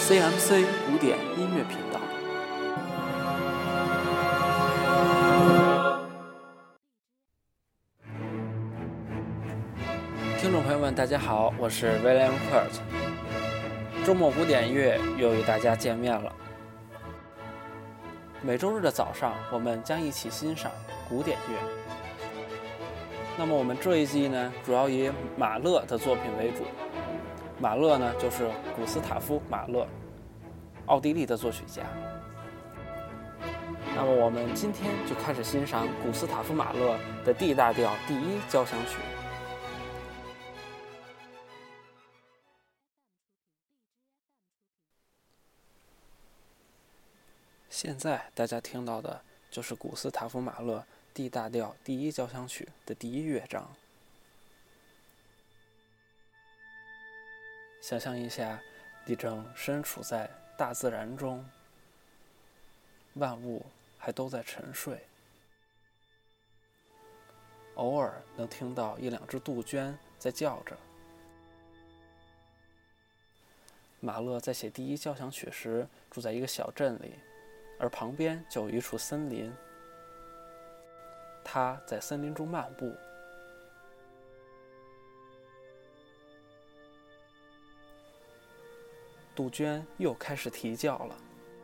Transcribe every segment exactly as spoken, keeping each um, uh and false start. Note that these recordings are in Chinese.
C M C 古典音乐频道。听众朋友们，大家好，我是 William Kurt。周末古典乐又与大家见面了。每周日的早上，我们将一起欣赏古典乐。那么我们这一季呢，主要以马勒的作品为主。马勒呢，就是古斯塔夫·马勒，奥地利的作曲家。那么我们今天就开始欣赏古斯塔夫·马勒的 D 大调第一交响曲。现在大家听到的就是古斯塔夫·马勒 D 大调第一交响曲的第一乐章。想象一下，你正身处在大自然中，万物还都在沉睡，偶尔能听到一两只杜鹃在叫着。马勒在写第一交响曲时住在一个小镇里，而旁边就有一处森林。他在森林中漫步，杜鹃又开始啼叫了。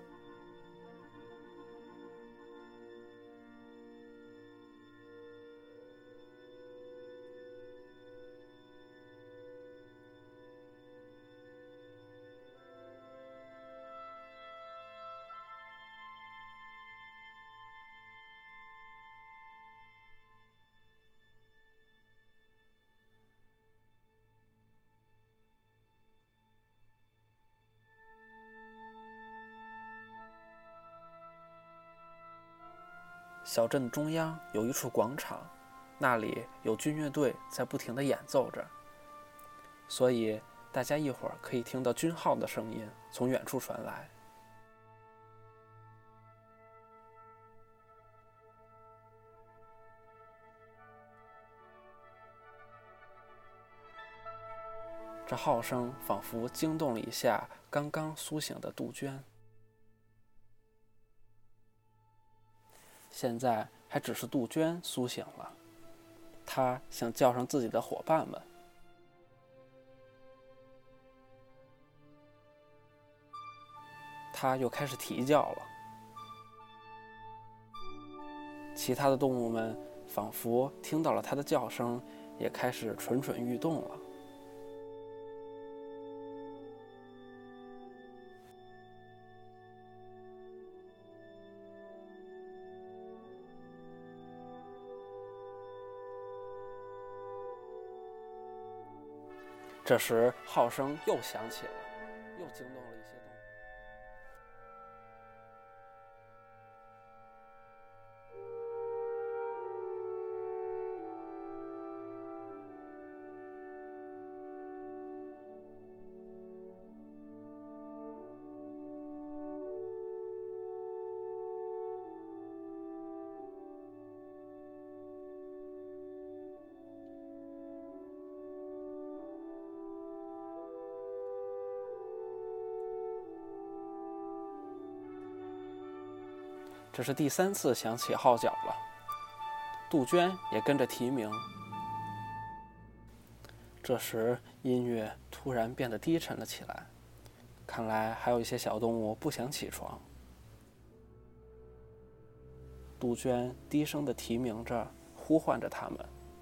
小镇中央有一处广场，那里有军乐队在不停地演奏着，所以大家一会儿可以听到军号的声音从远处传来。这号声仿佛惊动了一下刚刚苏醒的杜鹃。现在还只是杜鹃苏醒了，她想叫上自己的伙伴们。她又开始啼叫了，其他的动物们仿佛听到了她的叫声，也开始蠢蠢欲动了。这时号声又响起了，又惊动了一些动物。这是第三次响起号角了，杜鹃也跟着啼鸣。这时音乐突然变得低沉了起来，看来还有一些小动物不想起床。杜鹃低声地啼鸣着，呼唤着它们。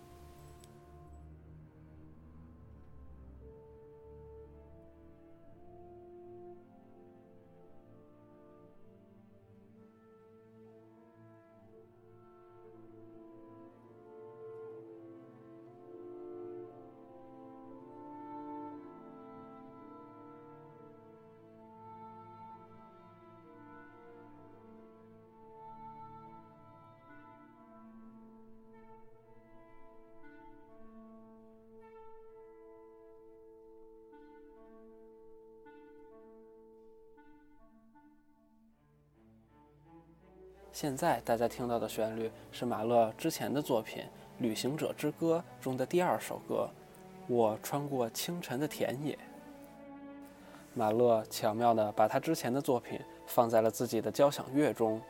现在大家听到的旋律是马勒之前的作品《旅行者之歌》中的第二首歌《我穿过清晨的田野》。 马勒巧妙地把他之前的作品放在了自己的交响乐中。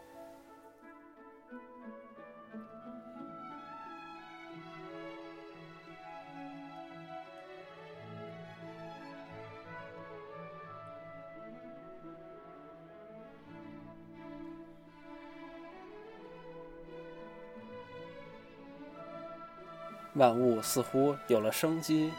万物似乎有了生机。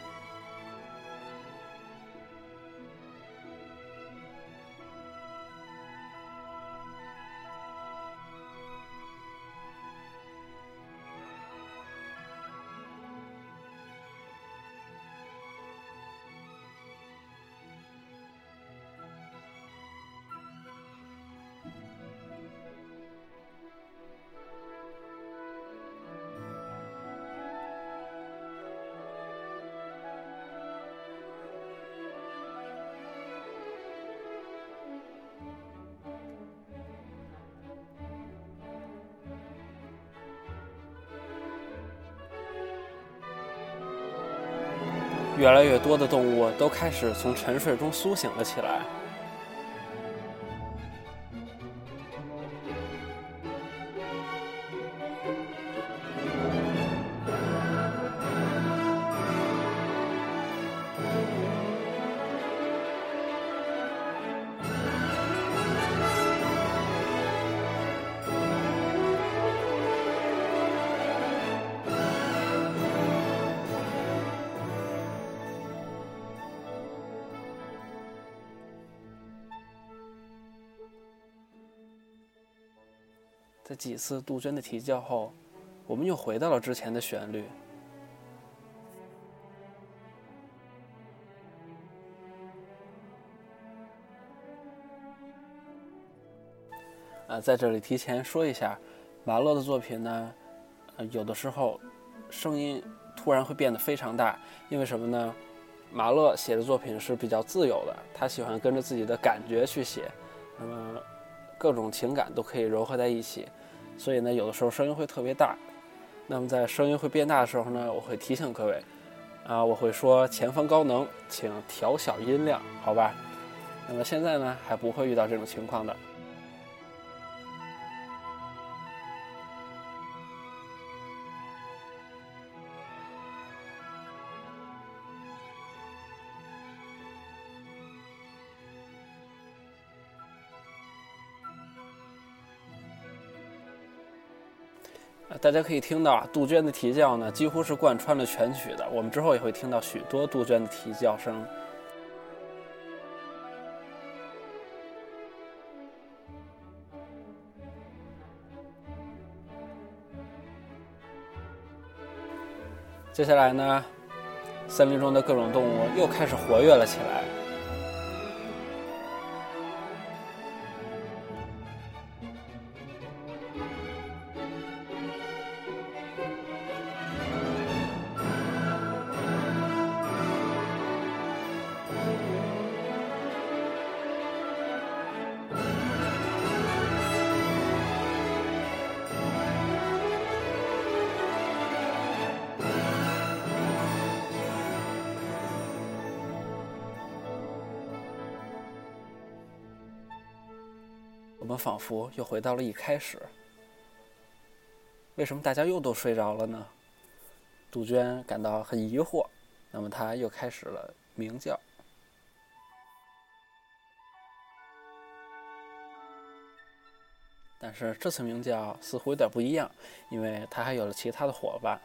越来越多的动物都开始从沉睡中苏醒了起来。在几次杜鹃的啼叫后，我们又回到了之前的旋律。啊，在这里提前说一下，马勒的作品呢，呃，有的时候声音突然会变得非常大，因为什么呢？马勒写的作品是比较自由的，他喜欢跟着自己的感觉去写，那么各种情感都可以糅合在一起。所以呢，有的时候声音会特别大。那么在声音会变大的时候呢，我会提醒各位，啊，我会说前方高能，请调小音量，好吧？那么现在呢，还不会遇到这种情况的。大家可以听到啊，杜鹃的啼叫呢，几乎是贯穿了全曲的。我们之后也会听到许多杜鹃的啼叫声。接下来呢，森林中的各种动物又开始活跃了起来。我们仿佛又回到了一开始。为什么大家又都睡着了呢？杜鹃感到很疑惑，那么她又开始了鸣叫。但是这次鸣叫似乎有点不一样，因为她还有了其他的伙伴。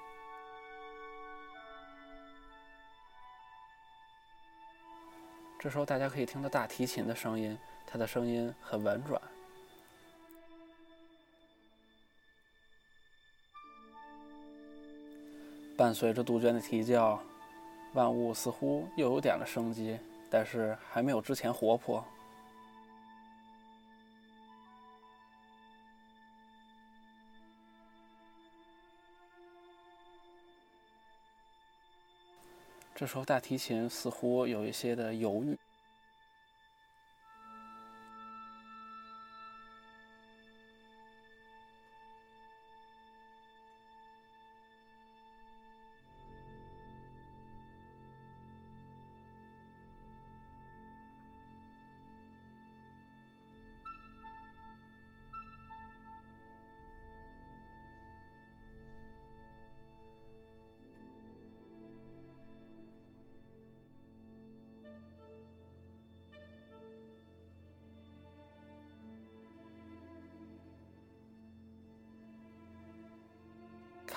这时候大家可以听到大提琴的声音，它的声音很婉转。伴随着杜鹃的啼叫，万物似乎又有点了生机，但是还没有之前活泼。这时候大提琴似乎有一些的犹豫。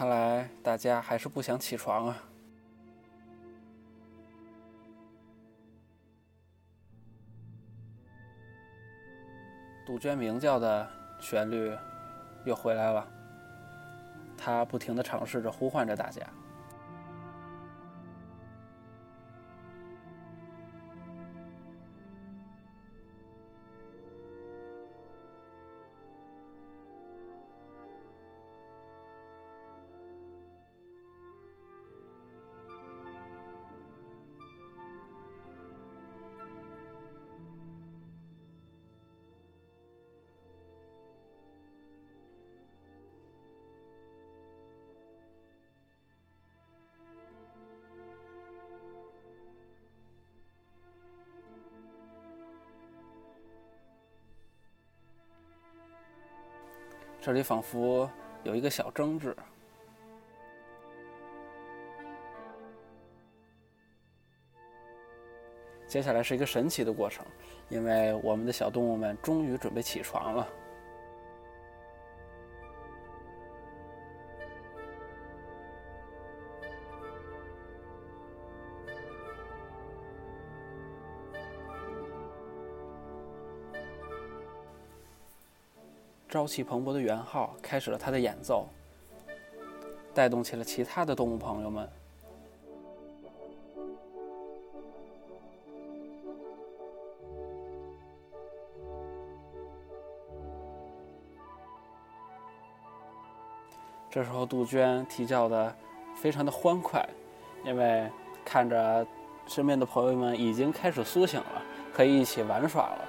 看来大家还是不想起床啊。杜鹃鸣叫的旋律又回来了，它不停地尝试着呼唤着大家。这里仿佛有一个小争执。接下来是一个神奇的过程，因为我们的小动物们终于准备起床了。朝气蓬勃的圆号开始了他的演奏，带动起了其他的动物朋友们。这时候杜鹃啼叫的非常的欢快，因为看着身边的朋友们已经开始苏醒了，可以一起玩耍了。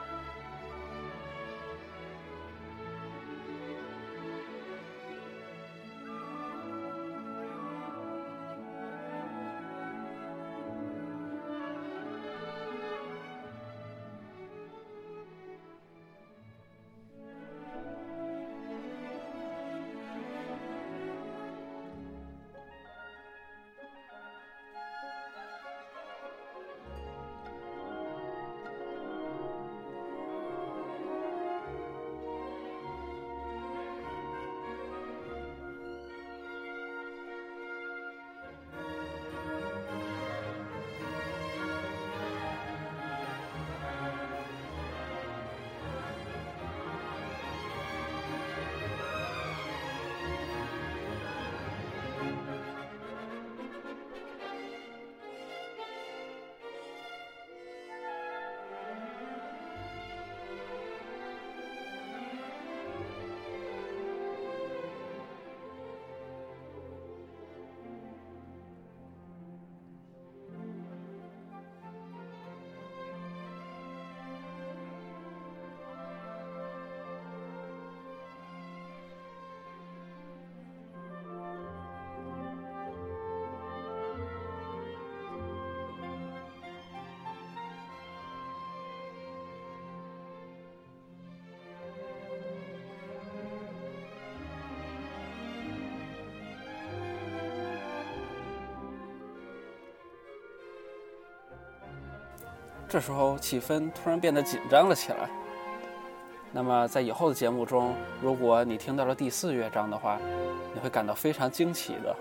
这时候气氛突然变得紧张了起来。那么在以后的节目中，如果你听到了第四乐章的话，你会感到非常惊奇的。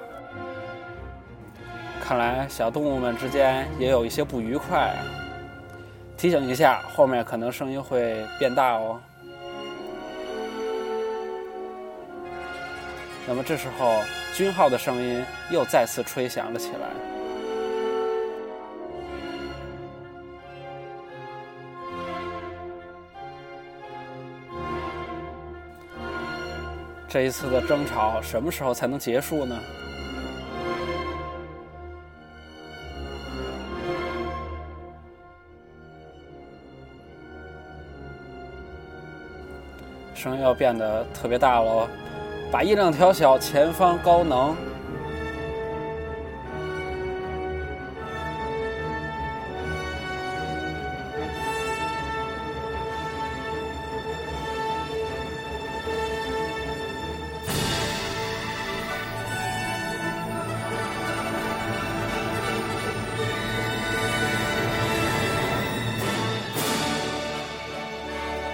看来小动物们之间也有一些不愉快。提醒一下，后面可能声音会变大哦。那么这时候军号的声音又再次吹响了起来。这一次的争吵什么时候才能结束呢？声音要变得特别大喽，把音量调小，前方高能。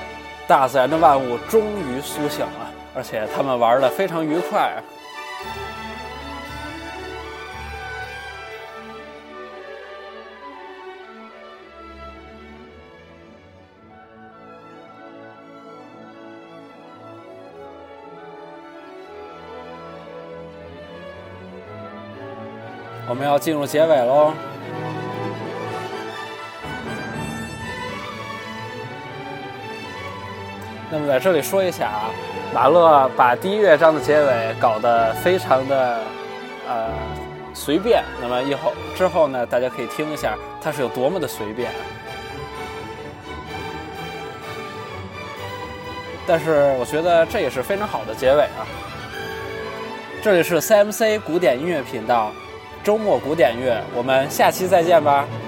大自然的万物终于苏醒了，而且他们玩得非常愉快。 我们要进入结尾喽。那么在这里说一下啊，马勒把第一乐章的结尾搞得非常的呃随便。那么以后之后呢，大家可以听一下它是有多么的随便。但是我觉得这也是非常好的结尾啊。这里是 C M C 古典音乐频道，周末古典乐，我们下期再见吧。